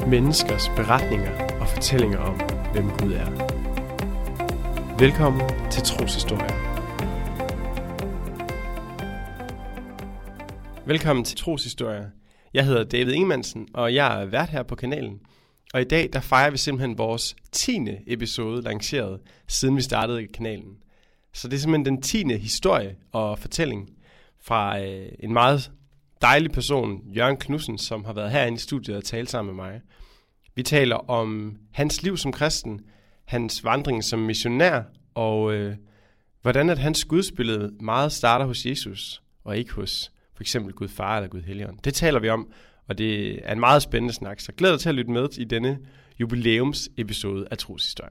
menneskers beretninger og fortællinger om, hvem Gud er. Velkommen til Troshistorier. Velkommen til Troshistorier. Jeg hedder David Ingemannsen, og jeg er vært her på kanalen. Og i dag der fejrer vi simpelthen vores 10. episode lanceret, siden vi startede kanalen. Så det er simpelthen den 10. historie og fortælling fra en meget dejlig person, Jørgen Knudsen, som har været herinde i studiet og talt sammen med mig. Vi taler om hans liv som kristen, hans vandring som missionær, og hvordan at hans gudsbillede meget starter hos Jesus, og ikke hos for eksempel Gud Far eller Gud Helligånd. Det taler vi om, og det er en meget spændende snak, så glæder dig til at lytte med i denne jubilæumsepisode af Troshistorier.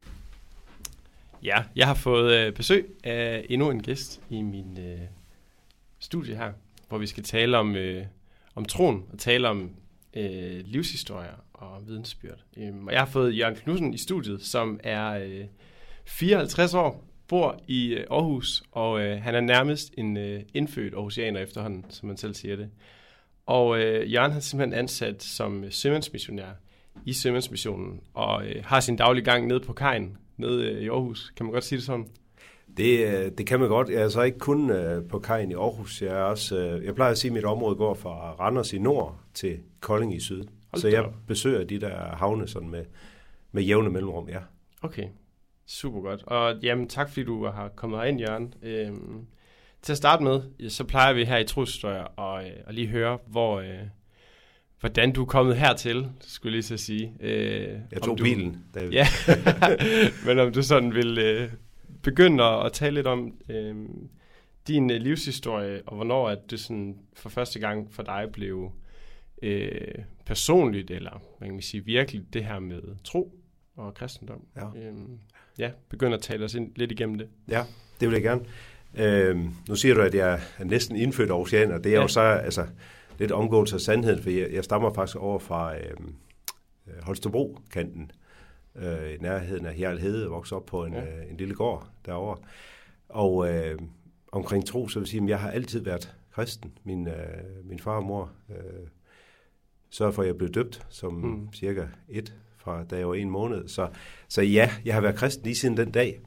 Ja, jeg har fået besøg af endnu en gæst i min studie her, hvor vi skal tale om troen og tale om livshistorier og vidensbyrd. Og jeg har fået Jørgen Knudsen i studiet, som er 54 år, bor i Aarhus, og han er nærmest en indfødt aarhusianer efterhånden, som man selv siger det. Og Jørgen har simpelthen ansat som sømandsmissionær i Sømandsmissionen, og har sin daglige gang nede på kajen, nede i Aarhus. Kan man godt sige det sådan? Det kan man godt. Jeg er så ikke kun på kajen i Aarhus. Jeg plejer at sige, at mit område går fra Randers i nord til Kolding i syd. Så jeg besøger de der havne sådan med jævne mellemrum, ja. Okay, super godt. Og jamen, tak fordi du har kommet herind, Jørgen. Til at starte med, så plejer vi her i Troshistorier at lige høre, hvordan du er kommet hertil, skulle jeg lige så sige. Jeg tog bilen, David. Ja, men om du sådan vil begynde at tale lidt om din livshistorie, og hvornår at det sådan for første gang for dig blev personligt, eller man kan sige virkelig, det her med tro og kristendom. Ja. Begynd at tale os lidt igennem det. Ja, det vil jeg gerne. Nu siger du, at jeg er næsten indfødt aarhusianer. Det er jo så lidt omgåelse af sandheden, for jeg stammer faktisk over fra Holstebro-kanten, i nærheden af Hjerl Hede, voksede op på en lille gård derovre. Og omkring tro, så vil jeg sige, at jeg har altid været kristen. Min far og mor sørgede for, at jeg blev døbt som cirka 1 fra da jeg var 1 måned. Så ja, jeg har været kristen lige siden den dag.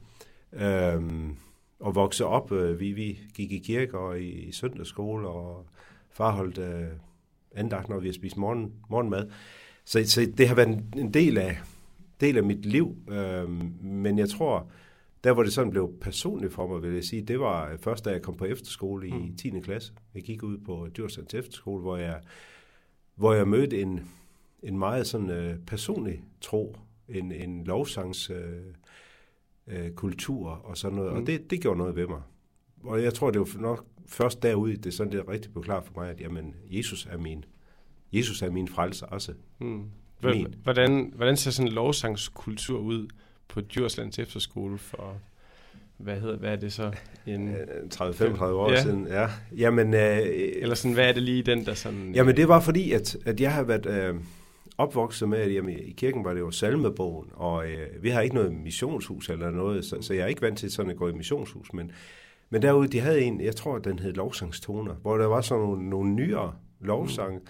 Og voksede op. Vi gik i kirke og i søndagsskole, og far holdt andagt, når vi har spist morgenmad. Så det har været en del af mit liv. Men jeg tror, der hvor det sådan blev personligt for mig, vil jeg sige, det var først, da jeg kom på efterskole i 10. klasse. Jeg gik ud på Djurslands efterskole, hvor jeg mødte en meget sådan personlig tro, en lovsangs kultur og sådan noget, og det gjorde noget ved mig. Og jeg tror, det var nok først derude, det er sådan, det rigtig blev klart for mig, at jamen, Jesus er min frelser også. Hvordan ser sådan en lovsangskultur ud på Djurslands efterskole for, hvad er det så? 30-35 år siden, ja. Jamen, eller sådan, hvad er det lige den, der sådan... Jamen, det var fordi, at jeg har været opvokset med, at jamen, i kirken var det jo salmebogen, og vi har ikke noget missionshus eller noget, så jeg er ikke vant til sådan at gå i missionshus, men derude, de havde en, jeg tror, den hed lovsangstoner, hvor der var sådan nogle nyere lovsang,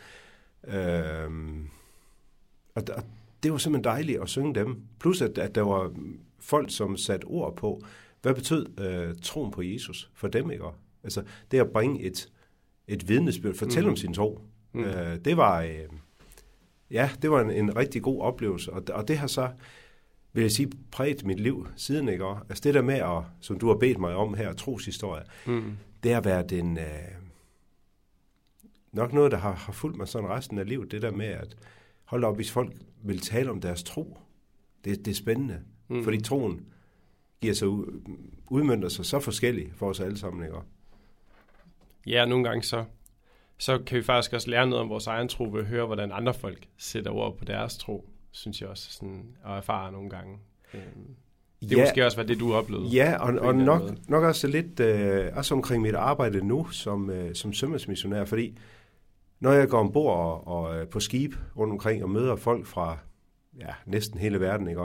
og det var simpelthen dejligt at synge dem. Plus at der var folk, som satte ord på, hvad betød troen på Jesus for dem, ikke? Altså det at bringe et vidnesbyrd, fortælle om sin tro, det var en rigtig god oplevelse, og det har så, vil jeg sige, præget mit liv siden, ikke? Altså det der med, som du har bedt mig om her, troshistorie, det har været nok noget, der har fulgt mig sådan resten af livet, det der med at holde op, hvis folk vil tale om deres tro. Det er spændende, fordi troen giver sig udmønter sig så forskelligt for os alle sammen, ikke? Ja, nogle gange så kan vi faktisk også lære noget om vores egen tro ved at høre, hvordan andre folk sætter ord på deres tro, synes jeg også, sådan, og erfare nogle gange. Det er måske også, hvad det du oplevede. Ja, og nok også lidt også omkring mit arbejde nu som sømandsmissionær, fordi når jeg går ombord og på skib rundt omkring og møder folk fra næsten hele verden, ikke?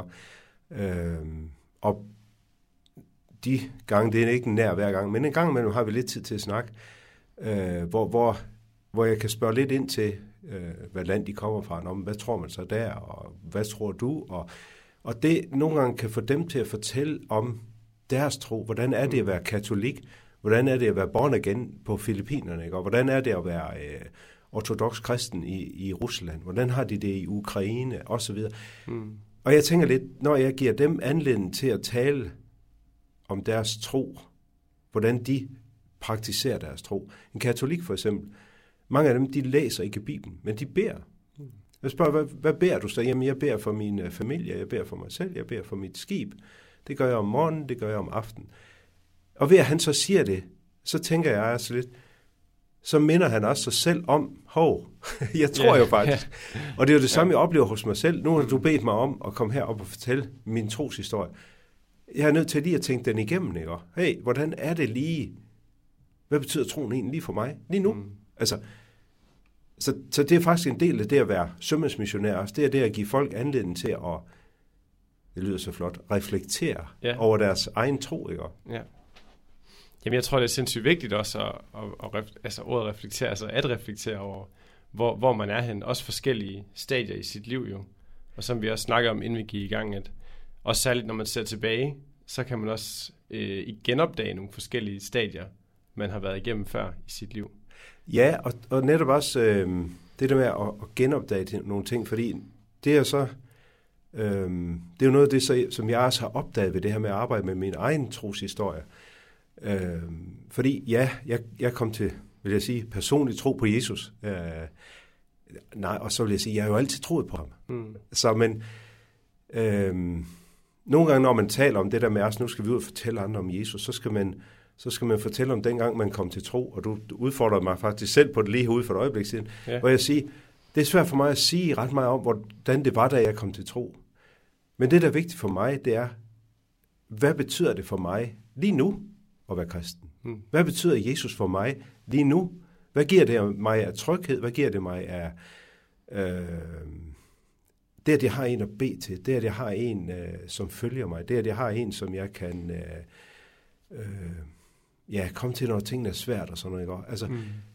Og de gange, det er ikke nær hver gang, men en gang imellem har vi lidt tid til at snakke, hvor hvor jeg kan spørge lidt ind til, hvad land de kommer fra. Hvad tror man så der, og hvad tror du? Og det nogle gange kan få dem til at fortælle om deres tro. Hvordan er det at være katolik? Hvordan er det at være born again på Filippinerne? Ikke? Og hvordan er det at være ortodox kristen i Rusland? Hvordan har de det i Ukraine? Og så videre. Og jeg tænker lidt, når jeg giver dem anledning til at tale om deres tro, hvordan de praktiserer deres tro. En katolik for eksempel, mange af dem, de læser ikke Bibelen, men de beder. Jeg spørger, hvad beder du så? Jamen, jeg beder for min familie, jeg beder for mig selv, jeg beder for mit skib. Det gør jeg om morgenen, det gør jeg om aftenen. Og ved at han så siger det, så tænker jeg altså lidt, så minder han også sig selv om, jeg tror jo faktisk. Og det er jo det samme, jeg oplever hos mig selv. Nu har du bedt mig om at komme herop og fortælle min troshistorie. Jeg er nødt til lige at tænke den igennem, ikke? Hey, hvordan er det lige? Hvad betyder troen egentlig lige for mig? Lige nu? Altså, så det er faktisk en del af det at være sømandsmissionær også. Det er det at give folk anledning til at, det lyder så flot, reflektere over deres egen tro, ikke? Ja. Jamen, jeg tror, det er sindssygt vigtigt også at ordet reflektere, altså at reflektere over, hvor man er hen. Også forskellige stadier i sit liv jo. Og som vi også snakker om, inden vi gik i gang, at også særligt, når man ser tilbage, så kan man også genopdage nogle forskellige stadier, man har været igennem før i sit liv. Ja, og netop også det der med at genopdage nogle ting, fordi det er så, det er jo noget af det, som jeg også har opdaget ved det her med at arbejde med min egen troshistorie. Fordi jeg kom til, vil jeg sige, personligt tro på Jesus. Og så vil jeg sige, jeg har jo altid troet på ham. Så men nogle gange, når man taler om det der med os, nu skal vi ud og fortælle andre om Jesus, så skal man fortælle om dengang, man kom til tro, og du udfordrede mig faktisk selv på det lige herude for et øjeblik siden, hvor jeg siger, det er svært for mig at sige ret meget om, hvordan det var, da jeg kom til tro. Men det, der er vigtigt for mig, det er, hvad betyder det for mig lige nu at være kristen? Hvad betyder Jesus for mig lige nu? Hvad giver det mig af tryghed? Hvad giver det mig af det, at jeg har en at bede til? Det, at jeg har en, som følger mig? Det, at jeg har en, som jeg kan komme til, når tingene er svært og sådan noget. Altså,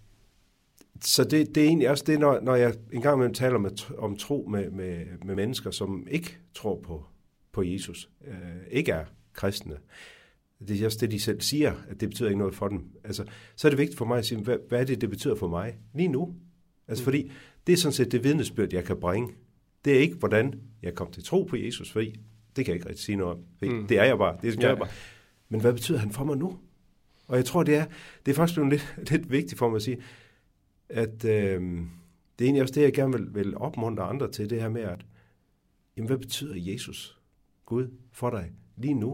så det er egentlig også det, når jeg engang imellem taler om tro med mennesker, som ikke tror på Jesus, ikke er kristne. Det er også det, de selv siger, at det betyder ikke noget for dem. Altså, så er det vigtigt for mig at sige, hvad er det betyder for mig lige nu? Altså, fordi det er sådan set det vidnesbyrd, jeg kan bringe. Det er ikke, hvordan jeg kom til tro på Jesus, fordi det kan jeg ikke rigtig sige noget om. Det er jeg bare. Det er jeg bare. Men hvad betyder han for mig nu? Og jeg tror, det er faktisk blevet lidt vigtigt for mig at sige, at det er egentlig også det, jeg gerne vil opmuntre andre til, det her med, at jamen, hvad betyder Jesus, Gud, for dig lige nu?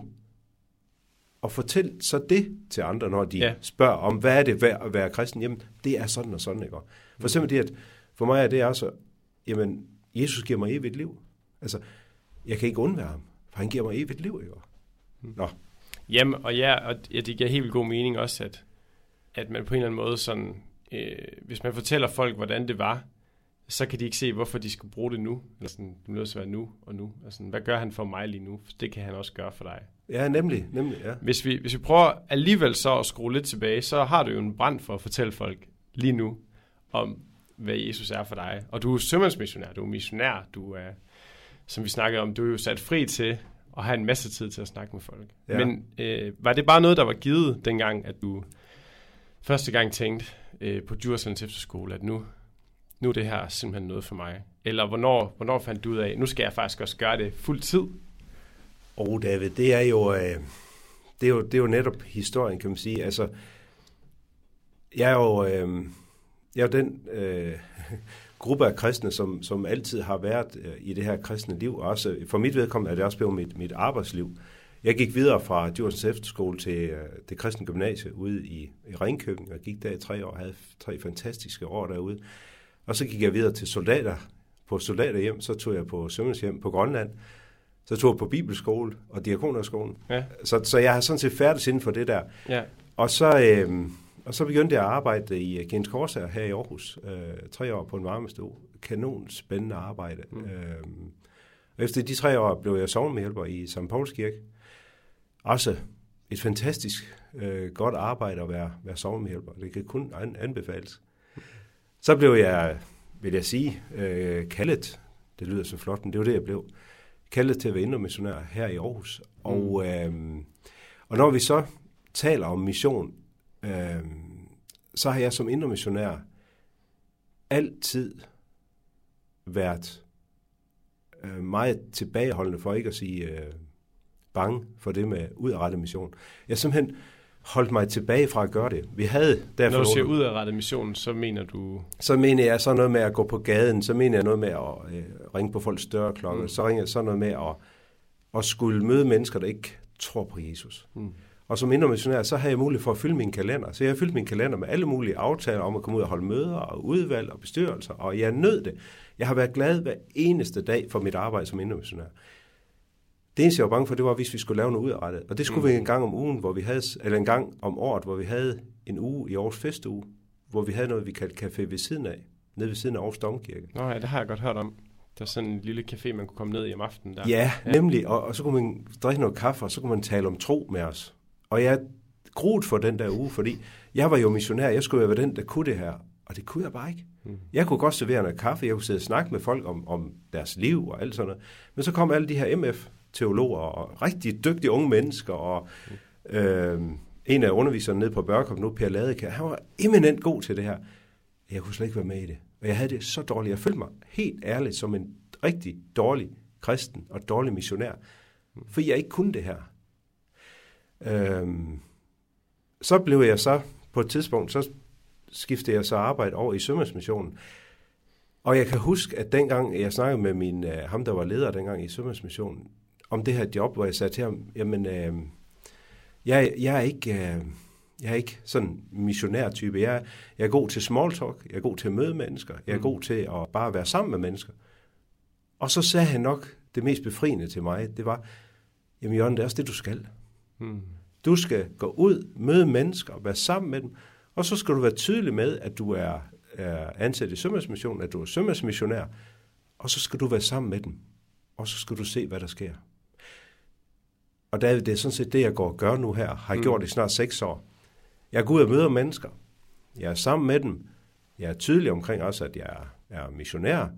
Og fortæl så det til andre, når de spørger om, hvad er det at være kristen? Jamen, det er sådan og sådan, ikke? For eksempel det, at for mig er det også, jamen, Jesus giver mig evigt liv. Altså, jeg kan ikke undvære ham, for han giver mig evigt liv, ikke? Nå. Jamen, og det giver helt vildt god mening også, at man på en eller anden måde sådan, hvis man fortæller folk, hvordan det var, så kan de ikke se, hvorfor de skal bruge det nu. Eller sådan, det må også være nu og nu. Altså, hvad gør han for mig lige nu? For det kan han også gøre for dig. Ja, nemlig, ja. Hvis vi prøver alligevel så at skrue lidt tilbage, så har du jo en brand for at fortælle folk lige nu, om hvad Jesus er for dig. Og du er sømandsmissionær, du er missionær, du er, som vi snakkede om, du er jo sat fri til at have en masse tid til at snakke med folk. Ja. Men var det bare noget, der var givet dengang, at du første gang tænkte på Djurslands Efterskole, at nu er det her simpelthen noget for mig? Eller hvornår fandt du ud af, nu skal jeg faktisk også gøre det fuld tid? David, det er jo netop historien, kan man sige. Altså, jeg er jo den gruppe af kristne, som altid har været i det her kristne liv. Også for mit vedkommende er det også blevet mit arbejdsliv. Jeg gik videre fra Djurslands Efterskole til det kristne gymnasie ude i Ringkøbing, og gik der i 3 år og havde 3 fantastiske år derude. Og så gik jeg videre til soldaterhjem, så tog jeg på sømandshjem på Grønland, så tog jeg på bibelskole og diakonerskolen. Ja. Så jeg har sådan set færdig inden for det der. Ja. Og så begyndte jeg at arbejde i Gens Korsager her i Aarhus. 3 år på en varmestue. Kanon spændende arbejde. Og efter de 3 år blev jeg sognemedhjælper i St. Pauls Kirke. Også et fantastisk godt arbejde at være sognemedhjælper. Det kan kun anbefales. Så blev jeg, vil jeg sige, kaldet, det lyder så flot, men det var det, jeg blev, kaldet til at være indremissionær her i Aarhus. Og når vi så taler om mission, så har jeg som indremissionær altid været meget tilbageholdende, for ikke at sige bange for det med udadrettet mission. Jeg simpelthen holdt mig tilbage fra at gøre det. Vi havde derfor. Når du siger udadrettet mission, så mener du? Så mener jeg så noget med at gå på gaden, så mener jeg noget med at ringe på folks dørklokke, så ringer jeg så noget med at skulle møde mennesker, der ikke tror på Jesus. Og som indremissionær, så har jeg mulighed for at fylde min kalender. Så jeg har fyldt min kalender med alle mulige aftaler om at komme ud og holde møder og udvalg og bestyrelser, og jeg nød det. Jeg har været glad hver eneste dag for mit arbejde som indremissionær. Det eneste, jeg var bange for, det var, hvis vi skulle lave noget udrettet. Og det skulle vi en gang om ugen, hvor vi havde, eller en gang om året, hvor vi havde en uge i Aarhus Festuge, hvor vi havde noget, vi kaldte café ved siden af, nede ved siden af Aarhus Domkirke. Nå ja, det har jeg godt hørt om. Der er sådan en lille café, man kunne komme ned i om aftenen der. Ja, nemlig. Og så kunne man drikke noget kaffe, og så kunne man tale om tro med os. Og jeg gruede for den der uge, fordi jeg var jo missionær. Jeg skulle jo være den, der kunne det her. Og det kunne jeg bare ikke. Jeg kunne godt servere noget kaffe. Jeg kunne sidde og snakke med folk om deres liv og alt sådan noget. Men så kom alle de her MF-teologer og rigtig dygtige unge mennesker. Og en af underviserne nede på Børkop nu, Per Ladekær, han var eminent god til det her. Jeg kunne slet ikke være med i det. Og jeg havde det så dårligt. Jeg følte mig helt ærligt som en rigtig dårlig kristen og dårlig missionær. For jeg ikke kunne det her. Så blev jeg så på et tidspunkt, så skiftede jeg så arbejde over i Sømandsmissionen. Og jeg kan huske, at dengang jeg snakkede med ham, der var leder dengang i Sømandsmissionen, om det her job, hvor jeg sagde til ham, jamen, jeg er ikke sådan missionær-type. Jeg er god til small talk, jeg er god til at møde mennesker, jeg er god til at bare være sammen med mennesker. Og så sagde han nok det mest befriende til mig, det var, jamen Jørgen, det er også det, du skal. Du skal gå ud, møde mennesker, være sammen med dem, og så skal du være tydelig med, at du er ansat i Sømandsmissionen, at du er sømandsmissionær, og så skal du være sammen med dem, og så skal du se, hvad der sker. Og det er sådan set det, jeg går og gør nu her, har gjort i snart 6 år. Jeg går ud og møder mennesker, jeg er sammen med dem, jeg er tydelig omkring også, at jeg er missionær,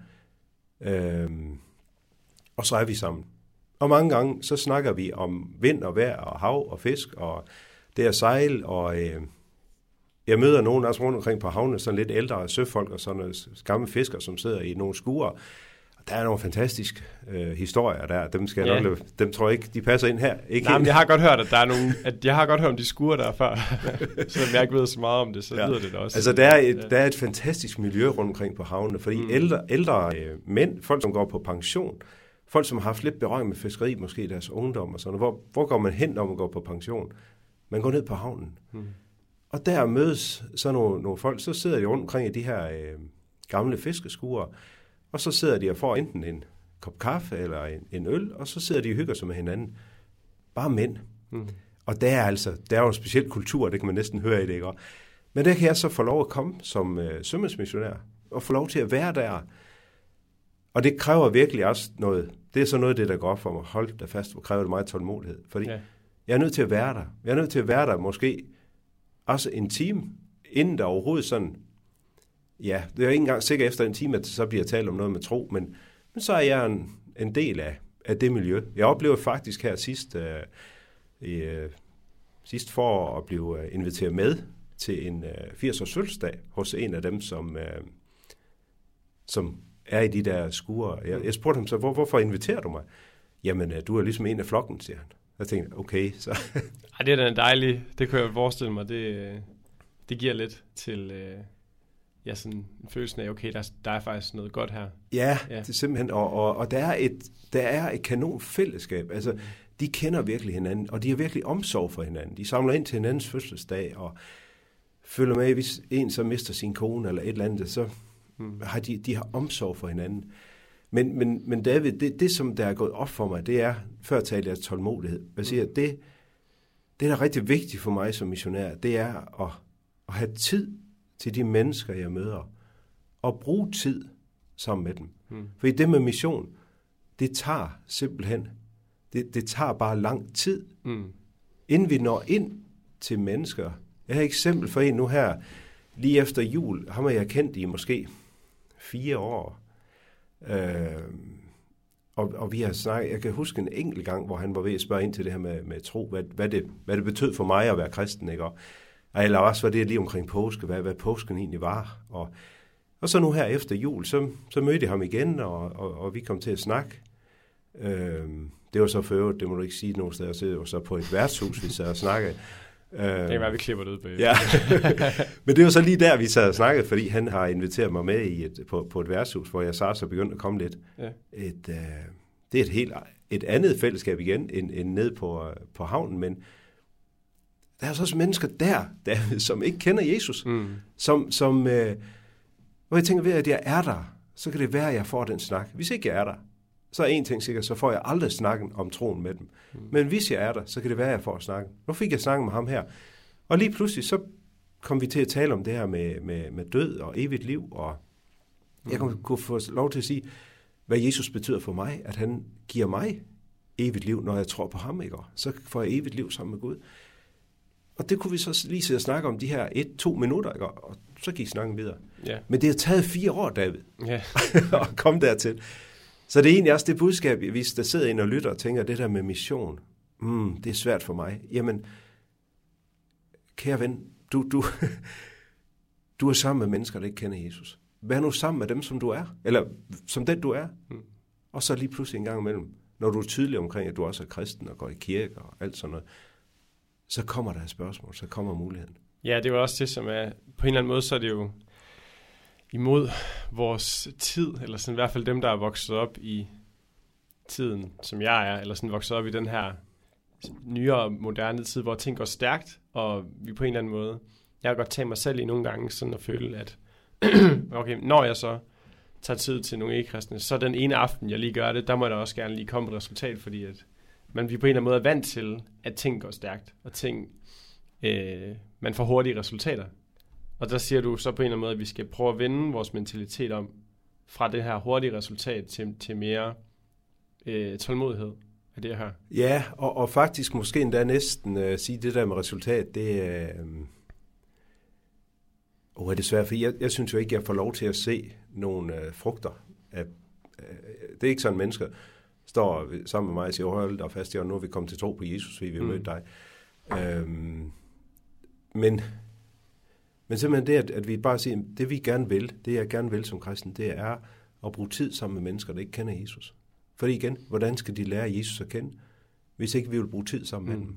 og så er vi sammen. Og mange gange, så snakker vi om vind og vejr og hav og fisk og det at sejle. Og jeg møder nogen også rundt omkring på havne, sådan lidt ældre søfolk og sådan noget gamle fiskere, som sidder i nogle skurer. Og der er nogle fantastiske historier der. Dem tror jeg ikke, de passer ind her. Ikke nej, men jeg har godt hørt, at der er nogle, jeg har godt hørt om de skurer der før. Så jeg ikke ved så meget om det, så lyder det da også. Altså, der er et fantastisk miljø rundt omkring på havne, fordi ældre mænd, folk som går på pension, folk, som har haft lidt berøring med fiskeri, måske i deres ungdom og sådan noget. Hvor går man hen, når man går på pension? Man går ned på havnen. Og der mødes så nogle folk, så sidder de rundt omkring i de her gamle fiskeskurer, og så sidder de og får enten en kop kaffe eller en øl, og så sidder de og hygger sig med hinanden. Bare mænd. Og der er jo en speciel kultur, det kan man næsten høre i det, ikke? Men der kan jeg så få lov at komme som sømandsmissionær, og få lov til at være der. Og det kræver virkelig også noget. Det er så noget af det, der går op for mig. Hold da fast, hvor kræver det meget tålmodighed. Fordi jeg er nødt til at være der. Jeg er nødt til at være der måske også en time, inden der overhovedet sådan, ja, det er jo ikke engang sikkert efter en time, at så bliver talt om noget med tro, men så er jeg en del af det miljø. Jeg oplevede faktisk her sidst for at blive inviteret med til en 80-års fødselsdag hos en af dem, som er i de der skurer. Jeg spurgte ham så, hvorfor inviterer du mig? Jamen, du er ligesom en af flokken, siger han. Jeg tænkte, okay, så... Ej, det er da dejligt. Det kan jeg forestille mig. Det giver lidt til sådan en følelse af, okay, der er faktisk noget godt her. Ja. Det er simpelthen... Og der er et kanon fællesskab. Altså, de kender virkelig hinanden, og de har virkelig omsorg for hinanden. De samler ind til hinandens fødselsdag, og følger med, hvis en så mister sin kone eller et eller andet, så har de har omsorg for hinanden. Men David, det som der er gået op for mig, det er, før talte jeg tålmodighed. Jeg siger, det der er rigtig vigtigt for mig som missionær, det er at have tid til de mennesker, jeg møder, og bruge tid sammen med dem. Fordi det med mission, det tager simpelthen, det tager bare lang tid, inden vi når ind til mennesker. Jeg har et eksempel for en nu her, lige efter jul, ham har jeg kendt i måske 4 år. Og vi har snakket, jeg kan huske en enkelt gang, hvor han var ved at spørge ind til det her med tro, hvad det betød for mig at være kristen, ikke? Eller også var det lige omkring påske, hvad påsken egentlig var. Og så nu her efter jul, så mødte jeg ham igen, og vi kom til at snakke. Det var så for øvrigt, det må du ikke sige nogen steder, det var så på et værtshus, vi sad og snakkede. Det kan være, vi klipper det ud bagefter. Ja. Men det var så lige der, vi sad og snakkede, fordi han har inviteret mig med på et værtshus, hvor jeg så begyndte at komme lidt. Ja. Det er et andet fællesskab igen, end ned på havnen, men der er så mennesker der, som ikke kender Jesus, hvor jeg tænker ved, at jeg er der, så kan det være, at jeg får den snak. Hvis ikke jeg er der, så er en ting sikkert, så får jeg aldrig snakken om troen med dem. Men hvis jeg er der, så kan det være, at jeg får snakken. Nu fik jeg snakken med ham her. Og lige pludselig, så kom vi til at tale om det her med død og evigt liv. Og jeg kunne få lov til at sige, hvad Jesus betyder for mig. At han giver mig evigt liv, når jeg tror på ham. Ikke? Så får jeg evigt liv sammen med Gud. Og det kunne vi så lige sidde og snakke om de her 1-2 minutter. Ikke? Og så gik snakken videre. Yeah. Men det har taget 4 år, David, at komme dertil. Så det er egentlig også det budskab, hvis der sidder ind og lytter og tænker, det der med mission, det er svært for mig. Jamen, kære ven, du er sammen med mennesker, der ikke kender Jesus. Vær nu sammen med dem, som du er, eller som den du er. Og så lige pludselig en gang imellem, når du er tydelig omkring, at du også er kristen og går i kirke og alt sådan noget, så kommer der et spørgsmål, så kommer muligheden. Ja, det er jo også det, som er, på en eller anden måde, så er det jo imod vores tid, eller sådan i hvert fald dem, der er vokset op i tiden, som jeg er, eller sådan vokset op i den her nyere, moderne tid, hvor ting går stærkt, og vi på en eller anden måde, jeg kan godt tage mig selv i nogle gange sådan at føle, at okay, når jeg så tager tid til nogle ikke-kristne, så den ene aften, jeg lige gør det, der må der også gerne lige komme et resultat, fordi at vi på en eller anden måde er vant til, at ting går stærkt, og man får hurtige resultater. Og der siger du så på en eller anden måde, at vi skal prøve at vende vores mentalitet om, fra det her hurtige resultat til mere tålmodighed. Er det her? Ja, og faktisk måske endda næsten sige det der med resultat, det er det svært, for jeg synes jo ikke, jeg får lov til at se nogle frugter. Det er ikke sådan, mennesker står sammen med mig og siger, hold da fast, nu er vi kommet til tro på Jesus, fordi vi har mødt dig. Men simpelthen det, at vi bare siger, det vi gerne vil, det jeg gerne vil som kristen, det er at bruge tid sammen med mennesker, der ikke kender Jesus. Fordi igen, hvordan skal de lære Jesus at kende, hvis ikke vi vil bruge tid sammen med dem?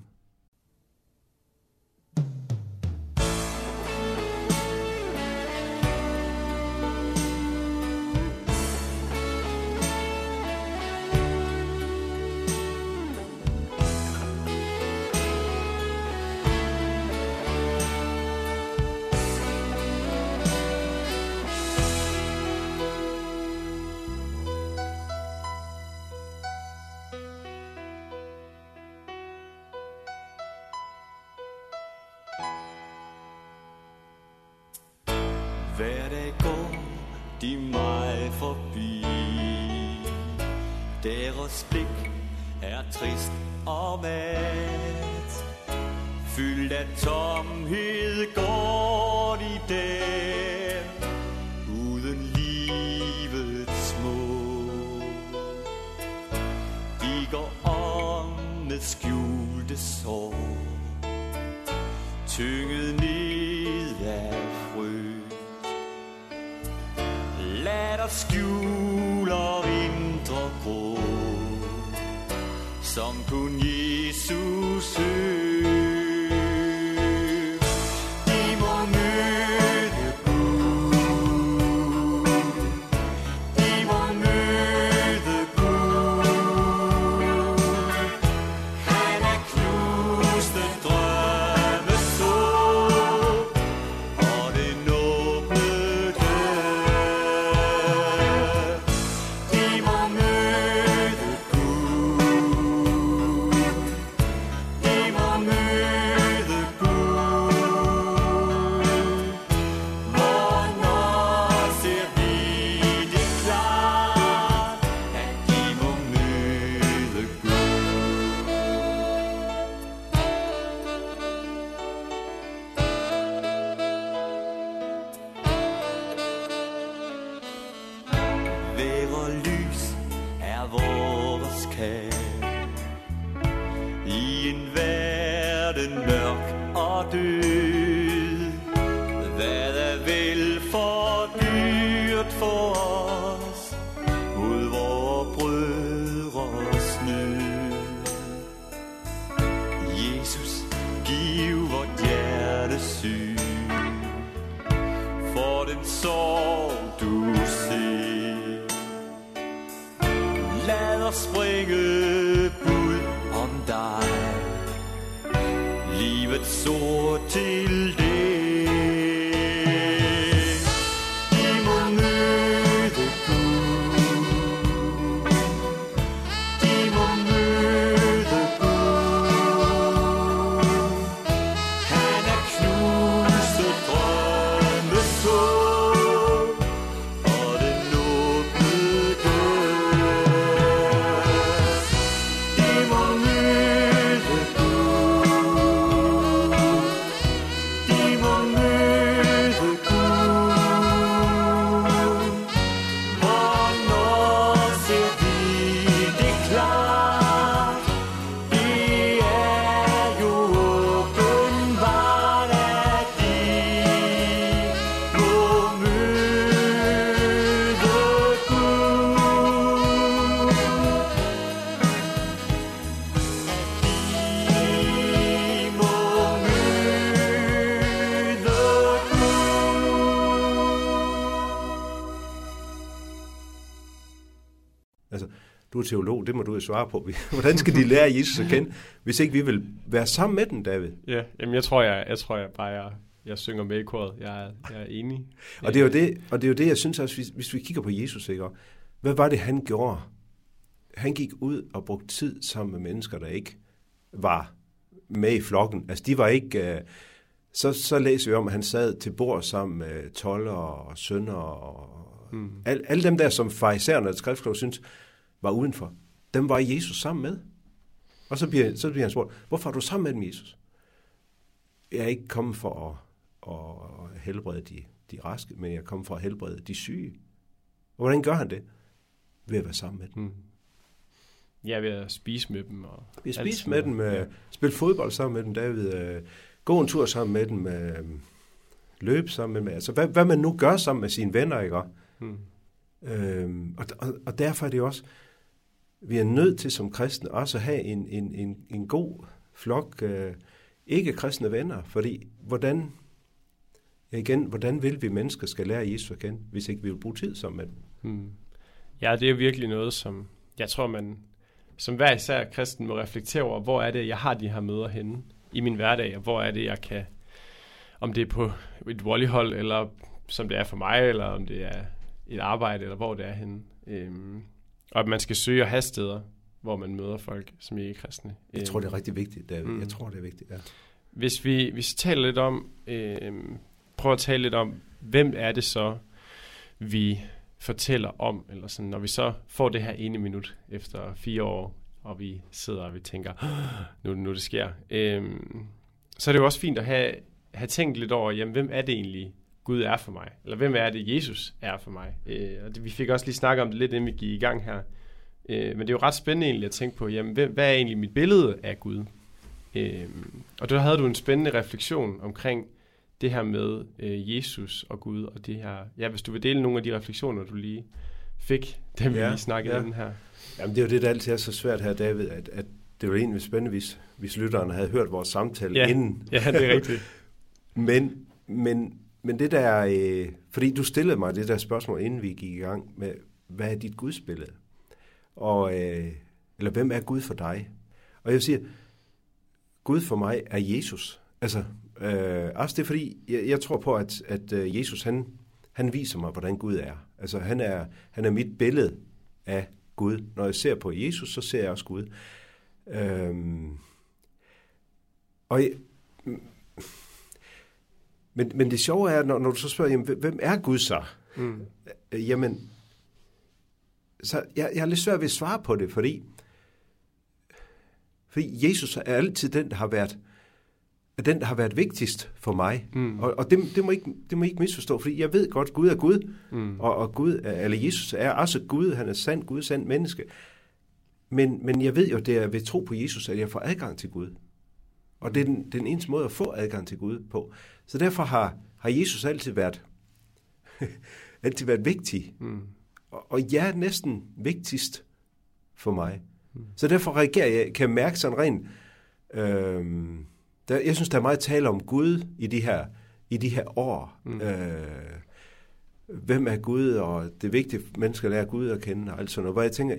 Hver dag går de mig forbi. Deres blik er trist og mat. Fyldt af tomhed går de der, uden livets mål. De går om med skjulte sår, tynget ned af frygt. Lader skjuler indre grå, som kun Jesus søger. De må møde Gud, de må møde Gud. Han er knuste drømmesår, og det åbne dør. De må møde Gud, de må den sorg du ser. Lad os springe bud om dig, livets ord til det. De må møde Gud, de må møde Gud. Han er knuste drømmes håb og den åbne dør. De må møde Gud, de må møde Gud. Hvornår ser vi det klart? Det er jo åbenbart, at de må møde Gud. De må møde Gud. Altså, du er teolog, det må du jo svare på. Hvordan skal de lære Jesus at kende, hvis ikke vi vil være sammen med den, David? Ja, jamen jeg tror jeg bare, jeg synger med i koret. Jeg er enig. Og det er jo det, jeg synes også, hvis vi kigger på Jesus, ikke? Hvad var det, han gjorde? Han gik ud og brugte tid sammen med mennesker, der ikke var med i flokken. Altså, de var ikke... Så læser vi om, at han sad til bord sammen med toldere og syndere og alle dem der, som farisæerne og skriftkloge synes var udenfor. Dem var Jesus sammen med. Og så bliver han spurgt, hvorfor er du sammen med dem, Jesus? Jeg er ikke kommet for at helbrede de raske, men jeg er kommet for at helbrede de syge. Og hvordan gør han det? Ved at være sammen med dem. Ja, ved at spise med dem. Og Vi spise med dem, spille fodbold sammen med dem, David, gå en tur sammen med dem, løbe sammen med dem. Altså, hvad man nu gør sammen med sine venner, ikke? Og derfor er det også, vi er nødt til som kristne også at have en god flok ikke-kristne venner, fordi hvordan vil vi mennesker skal lære Jesus at kende, hvis ikke vi vil bruge tid sammen med dem? Ja, det er virkelig noget, som jeg tror, man som hver især kristen må reflektere over, hvor er det, jeg har de her møder henne i min hverdag, og hvor er det, jeg kan, om det er på et volleyhold, eller som det er for mig, eller om det er et arbejde, eller hvor det er henne. Og at man skal søge at have steder, hvor man møder folk, som ikke er kristne. Jeg tror, det er rigtig vigtigt, David. Jeg tror, det er vigtigt, ja. Hvis vi taler lidt om, prøver at tale lidt om, hvem er det så, vi fortæller om, eller sådan, når vi så får det her ene minut efter 4 år, og vi sidder og vi tænker, nu det sker. Så er det jo også fint at have tænkt lidt over, jamen, hvem er det egentlig, Gud er for mig? Eller hvem er det, Jesus er for mig? Og vi fik også lige snakket om det lidt, inden vi gik i gang her. Men det er jo ret spændende egentlig at tænke på, jamen, hvad er egentlig mit billede af Gud? Og der havde du en spændende refleksion omkring det her med Jesus og Gud, og det her, ja, hvis du vil dele nogle af de refleksioner, du lige fik, dem vi lige snakkede om her. Jamen, det er jo det, der altid er så svært her, David, at det var egentlig spændende, hvis lytterne havde hørt vores samtale inden. Ja, det er rigtigt. Men det der, fordi du stillede mig det der spørgsmål, inden vi gik i gang med, hvad er dit gudsbillede? Og, eller hvem er Gud for dig? Og jeg siger, Gud for mig er Jesus. Altså, også det er fordi, jeg tror på, at Jesus, han viser mig, hvordan Gud er. Altså, han er mit billede af Gud. Når jeg ser på Jesus, så ser jeg også Gud. Men det sjove er, når du så spørger, jamen, hvem er Gud så? Jamen, så jeg er lidt svært ved at svare på det, fordi Jesus er altid den, der har været vigtigst for mig. Og det må ikke misforstå, fordi jeg ved godt, Gud er Gud, og Gud, eller Jesus er også Gud, han er sand Gud, sand menneske. Men jeg ved jo, det er ved tro på Jesus, at jeg får adgang til Gud. Og det er den eneste måde at få adgang til Gud på. Så derfor har Jesus altid været vigtig. Og jeg er næsten vigtigst for mig. Så derfor reagerer jeg, kan mærke sådan rent, jeg synes, der er meget tale om Gud i de her år. hvem er Gud, og det er vigtigt, at mennesker lærer Gud at kende, og alt sådan noget. Hvor jeg tænker,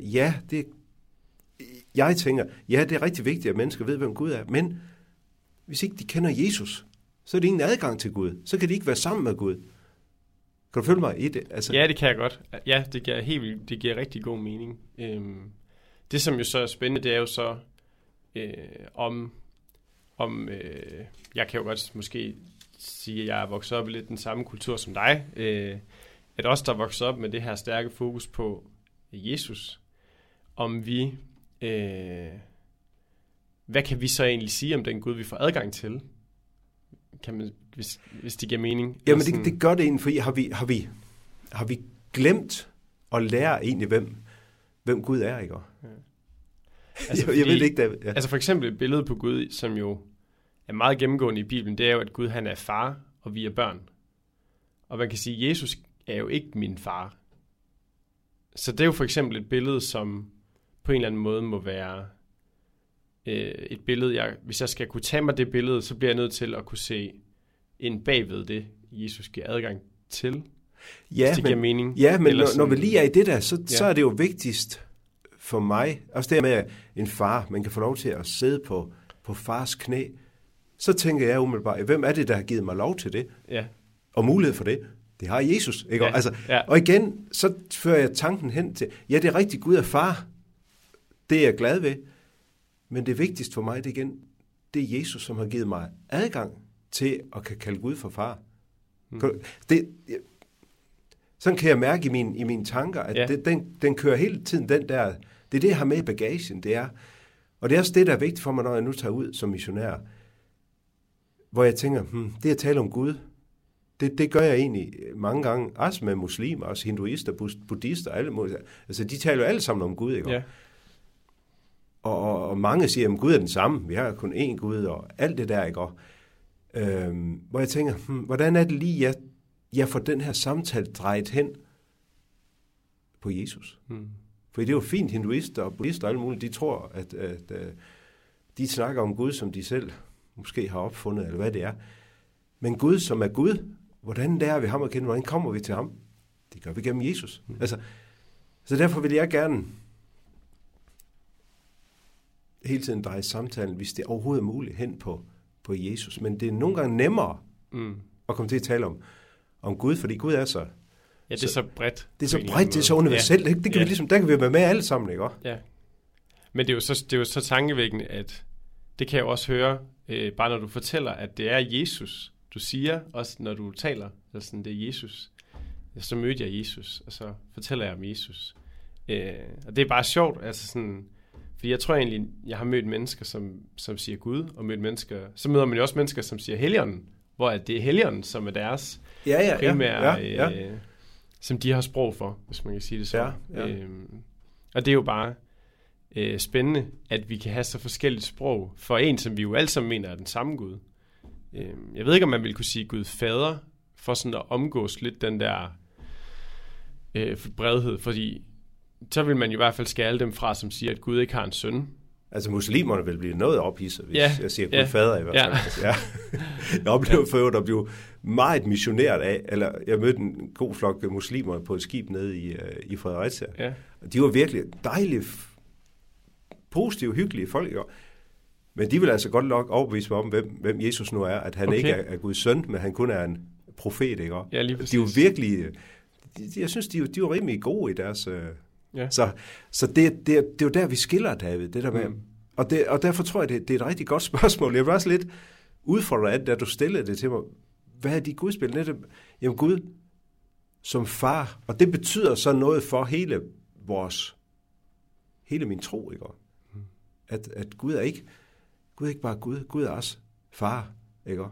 det er rigtig vigtigt, at mennesker ved, hvem Gud er, men hvis ikke de kender Jesus, så er det ingen adgang til Gud. Så kan de ikke være sammen med Gud. Kan du følge mig i det? Altså... Ja, det kan jeg godt. Ja, det giver rigtig god mening. Det, som jo så er spændende, det er jo så, jeg kan jo godt måske sige, at jeg er vokset op i lidt den samme kultur som dig, at os, der er vokset op med det her stærke fokus på Jesus, om vi, hvad kan vi så egentlig sige om den Gud, vi får adgang til? Kan man, hvis det giver mening? Jamen, det gør det egentlig, fordi har vi glemt at lære egentlig, hvem Gud er, ikke? Ja. Altså, jeg ved det ikke, David. Ja. Altså for eksempel et billede på Gud, som jo er meget gennemgående i Bibelen, det er jo, at Gud han er far, og vi er børn. Og man kan sige, at Jesus er jo ikke min far. Så det er jo for eksempel et billede, som på en eller anden måde må være et billede, hvis jeg skal kunne tage mig det billede, så bliver jeg nødt til at kunne se ind bagved det, Jesus giver adgang til. Ja, hvis det giver mening. Ja, men når vi lige er i det der, så er det jo vigtigst for mig, også det med en far, man kan få lov til at sidde på fars knæ, så tænker jeg umiddelbart, hvem er det, der har givet mig lov til det? Ja. Og mulighed for det? Det har Jesus, ikke? Ja. Altså, ja. Og igen, så fører jeg tanken hen til, ja, det er rigtig Gud er far. Det er jeg glad ved. Men det vigtigste for mig, det er Jesus, som har givet mig adgang til at kan kalde Gud for far. Sådan kan jeg mærke i mine tanker, at den kører hele tiden den der. Det er det, jeg har med i bagagen, det er. Og det er også det, der er vigtigt for mig, når jeg nu tager ud som missionær. Hvor jeg tænker, det at tale om Gud, det gør jeg egentlig mange gange, også med muslimer, også hinduister, buddhister, alle mulige. Altså, de taler jo alle sammen om Gud, ikke? Ja. Og mange siger, at Gud er den samme. Vi har kun én Gud, og alt det der, ikke? Hvor jeg tænker, hvordan er det lige, jeg får den her samtale drejet hen på Jesus? For det er jo fint, hinduister og buddhister og alle mulige, de tror, at de snakker om Gud, som de selv måske har opfundet, eller hvad det er. Men Gud, som er Gud, hvordan lærer vi ham at kende? Hvordan kommer vi til ham? Det gør vi gennem Jesus. Altså, så derfor vil jeg gerne hele tiden dreje samtalen, hvis det overhovedet er muligt, hen på Jesus. Men det er nogle gange nemmere at komme til at tale om Gud, fordi Gud er så... Ja, det er så bredt. Det er så bredt, det er så universelt. Ja. Det kan vi ligesom, der kan vi være med alle sammen, ikke? Ja. Men det er jo så tankevækkende, at det kan jeg også høre, bare når du fortæller, at det er Jesus, du siger, også når du taler, altså sådan, det er Jesus. Så mødte jeg Jesus, og så fortæller jeg om Jesus. Og det er bare sjovt, altså sådan... Fordi jeg tror egentlig, jeg har mødt mennesker, som siger Gud, og mødt mennesker... Så møder man jo også mennesker, som siger Helligånden, hvor det er Helligånden, som er deres primære... som de har sprog for, hvis man kan sige det så. Ja. Og det er jo bare spændende, at vi kan have så forskelligt sprog for en, som vi jo alle sammen mener er den samme Gud. Jeg ved ikke, om man ville kunne sige Gud fader, for sådan at omgås lidt den der bredhed, fordi så vil man jo i hvert fald skære alle dem fra, som siger, at Gud ikke har en søn. Altså muslimerne vil blive noget ophidset, hvis jeg siger Gud fader i hvert fald. Ja. Jeg oplevede for at blive meget missioneret af, eller jeg mødte en god flok muslimer på et skib nede i Fredericia. Ja. De var virkelig dejlige, positive, hyggelige folk. Men de vil altså godt nok overbevise mig om, hvem Jesus nu er, at han ikke er Guds søn, men han kun er en profet, ikke? Ja, lige præcis. De er jo virkelig, jeg synes, de var rimelig gode i deres... Så det er jo der, vi skiller, David, det der med. Og derfor tror jeg, det er et rigtig godt spørgsmål. Jeg var også lidt udfordret af det, da du stillede det til mig. Hvad er de gudsbilleder? Netop, jamen Gud som far, og det betyder så noget for hele min tro, ikke? At Gud er ikke bare Gud, Gud er også far, ikke?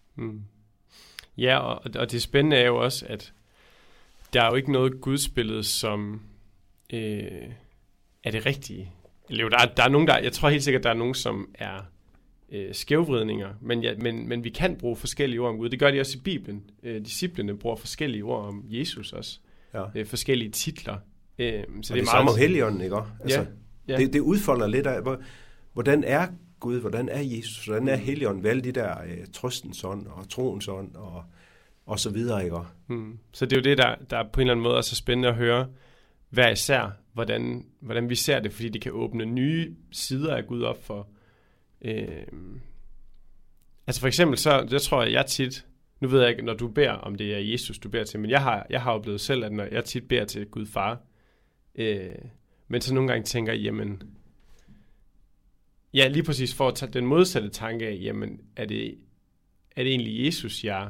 Ja, og det spændende er jo også, at der er jo ikke noget gudsbillede, som er det rigtige. Eller der er nogen, jeg tror helt sikkert, der er nogen, som er skævvridninger, men vi kan bruge forskellige ord om Gud. Det gør de også i Bibelen. Disciplene bruger forskellige ord om Jesus også. Ja. Forskellige titler. Så det er meget samme om Helligånden, ikke? Altså, det udfolder lidt af, hvordan er Gud, hvordan er Jesus, hvordan er Helligånden, hvad alle de der trøstens ånd og troens ånd og og så videre, ikke? Så det er jo det, der er på en eller anden måde også spændende at høre, hver især, hvordan vi ser det, fordi det kan åbne nye sider af Gud op for. Altså for eksempel, så jeg tror jeg tit, nu ved jeg ikke, når du beder, om det er Jesus, du beder til, men jeg har oplevet selv, at når jeg tit beder til Gud far, men så nogle gange tænker, jamen, ja, lige præcis for at tage den modsatte tanke af, jamen, er det egentlig Jesus, jeg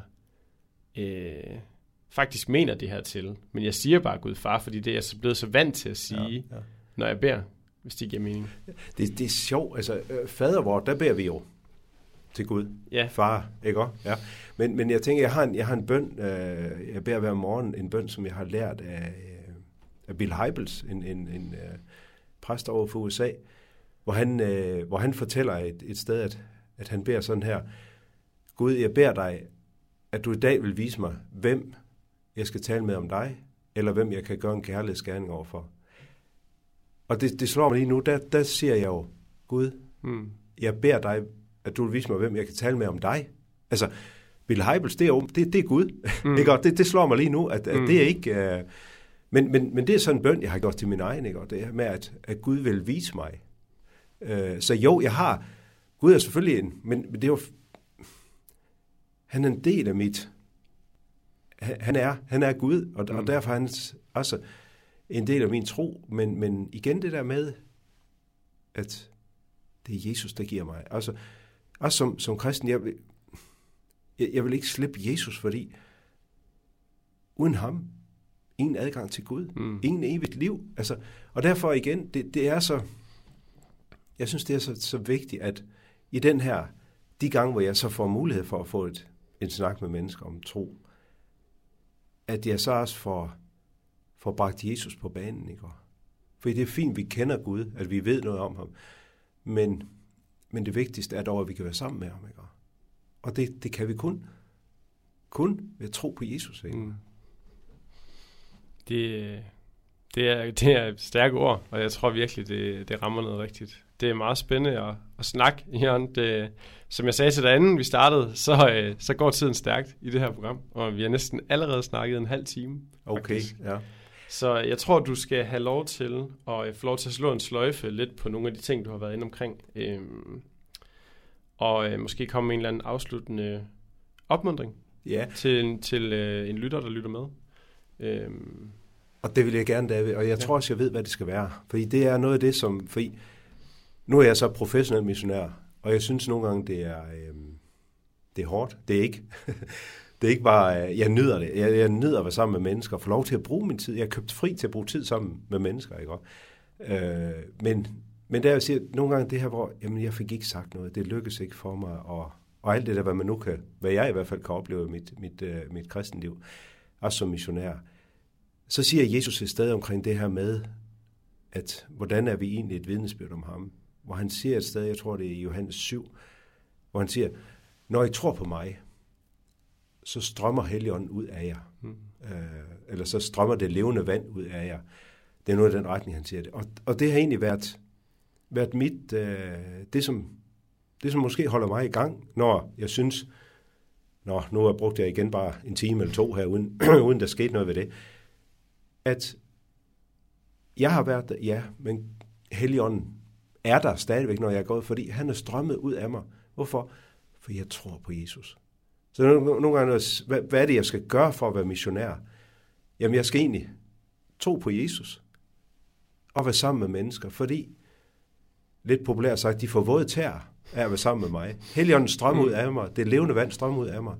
faktisk mener det her til, men jeg siger bare Gud far, fordi det er jeg så blevet så vant til at sige, når jeg beder, hvis det giver mening. Det er sjovt, altså fader vor, der beder vi jo til Gud, far, ikke også? Ja. Men jeg tænker, jeg har en bøn, jeg beder hver morgen, en bøn, som jeg har lært af Bill Hybels, en præst over for USA, hvor han fortæller et sted, at han beder sådan her: Gud, jeg beder dig, at du i dag vil vise mig, hvem jeg skal tale med om dig, eller hvem jeg kan gøre en kærlighedsgerning overfor. Og det slår mig lige nu, der siger jeg jo, Gud, jeg beder dig, at du vil vise mig, hvem jeg kan tale med om dig. Altså, Bill Hybels, det er Gud. Ikke? Det slår mig lige nu, at det er ikke... Men det er sådan en bøn, jeg har gjort til min egen, ikke? Og det her med, at Gud vil vise mig. Så jo, jeg har... Gud er selvfølgelig men det er jo... Han er en del af mit... Han er Gud, og derfor er han også en del af min tro. Men igen det der med, at det er Jesus, der giver mig. Altså, også som kristen, jeg vil ikke slippe Jesus, fordi uden ham, ingen adgang til Gud, ingen evigt liv. Altså, og derfor igen, det er så, jeg synes, det er så vigtigt, at i den her, de gange, hvor jeg så får mulighed for at få en snak med mennesker om tro, at jeg så også får bragt Jesus på banen, ikke? Fordi det er fint, vi kender Gud, at vi ved noget om ham, men det vigtigste er dog, at vi kan være sammen med ham, ikke? Og det kan vi kun ved at tro på Jesus, ikke? Det er et stærkt ord, og jeg tror virkelig, det rammer noget rigtigt. Det er meget spændende at snakke, Jørgen. Som jeg sagde til dig inden vi startede, så går tiden stærkt i det her program, og vi har næsten allerede snakket en halv time. Okay, faktisk. Ja. Så jeg tror, du skal have lov til at få lov til at slå en sløjfe lidt på nogle af de ting, du har været inde omkring. Og måske komme med en eller anden afsluttende opmuntring til en lytter, der lytter med. Og det vil jeg gerne, David. Og jeg tror også, jeg ved, hvad det skal være. Fordi det er noget af det, som... Fordi nu er jeg så professionel missionær, og jeg synes nogle gange, det er hårdt. Det er ikke... Det er ikke bare... Jeg nyder det. Jeg nyder at være sammen med mennesker, og få lov til at bruge min tid. Jeg er købt fri til at bruge tid sammen med mennesker, ikke? Men der jeg siger, nogle gange det her, hvor jamen, jeg fik ikke sagt noget, det lykkedes ikke for mig, og alt det der, hvad jeg i hvert fald kan opleve i mit kristenliv, også som missionær, så siger Jesus et sted omkring det her med, at hvordan er vi egentlig et vidnesbyrd om ham, hvor han siger et sted, jeg tror det er i Johannes 7, hvor han siger, når I tror på mig, så strømmer Helligånden ud af jer. Eller så strømmer det levende vand ud af jer. Det er noget i den retning, han siger det. Og det har egentlig været mit, det som måske holder mig i gang, når jeg synes, nu har jeg brugt igen bare en time eller to her, uden der skete noget ved det, at jeg har været der, ja, men Helligånden er der stadigvæk, når jeg er gået, fordi han er strømmet ud af mig. Hvorfor? For jeg tror på Jesus. Så nogle gange, hvad er det, jeg skal gøre for at være missionær? Jamen, jeg skal egentlig tro på Jesus og være sammen med mennesker, fordi, lidt populært sagt, de får våde tær af at være sammen med mig. Helligånden strømmer ud af mig, det levende vand strømmer ud af mig.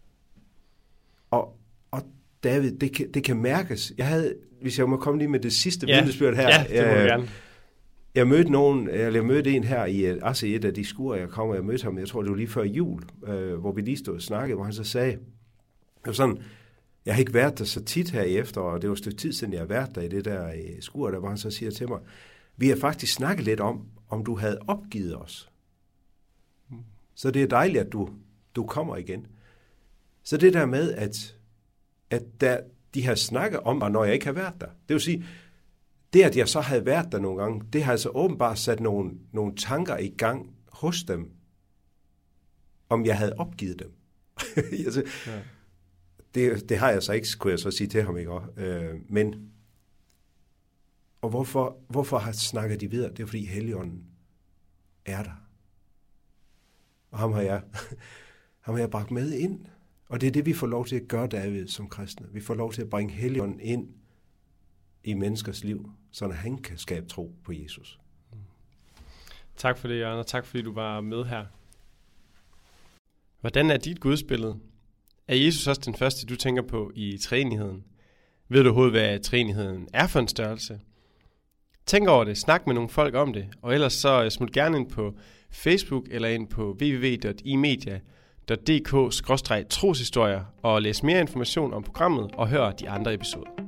Og David, det kan mærkes. Hvis jeg må komme lige med det sidste vidnesbyrd her. Ja, det må jeg gerne. Jeg mødte en her i et af de skurer, jeg mødte ham, jeg tror det var lige før jul, hvor vi lige stod og snakkede, hvor han så sagde, det var sådan, jeg har ikke været der så tit her i efteråret, og det var et stykke tid siden, jeg har været der i det der skur, der hvor han så siger til mig, vi har faktisk snakket lidt om du havde opgivet os. Så det er dejligt, at du kommer igen. Så det der med, at der, de har snakket om mig, når jeg ikke har været der, det vil sige, det, at jeg så havde været der nogle gange, det har altså åbenbart sat nogle tanker i gang hos dem, om jeg havde opgivet dem. det har jeg så ikke, kunne jeg så sige til ham, ikke? Men, og hvorfor snakker de videre? Det er, fordi Helligånden er der. Og ham har jeg bragt med ind. Og det er det, vi får lov til at gøre, David, som kristne. Vi får lov til at bringe Helligånden ind i menneskers liv, så han kan skabe tro på Jesus. Tak for det, Jørgen, og tak fordi du var med her. Hvordan er dit gudsbillede? Er Jesus også den første, du tænker på i treenigheden? Ved du overhovedet, hvad treenigheden er for en størrelse? Tænk over det, snak med nogle folk om det, og ellers så smut gerne ind på Facebook eller ind på www.imedia.dk/troshistorier og læs mere information om programmet og hør de andre episoder.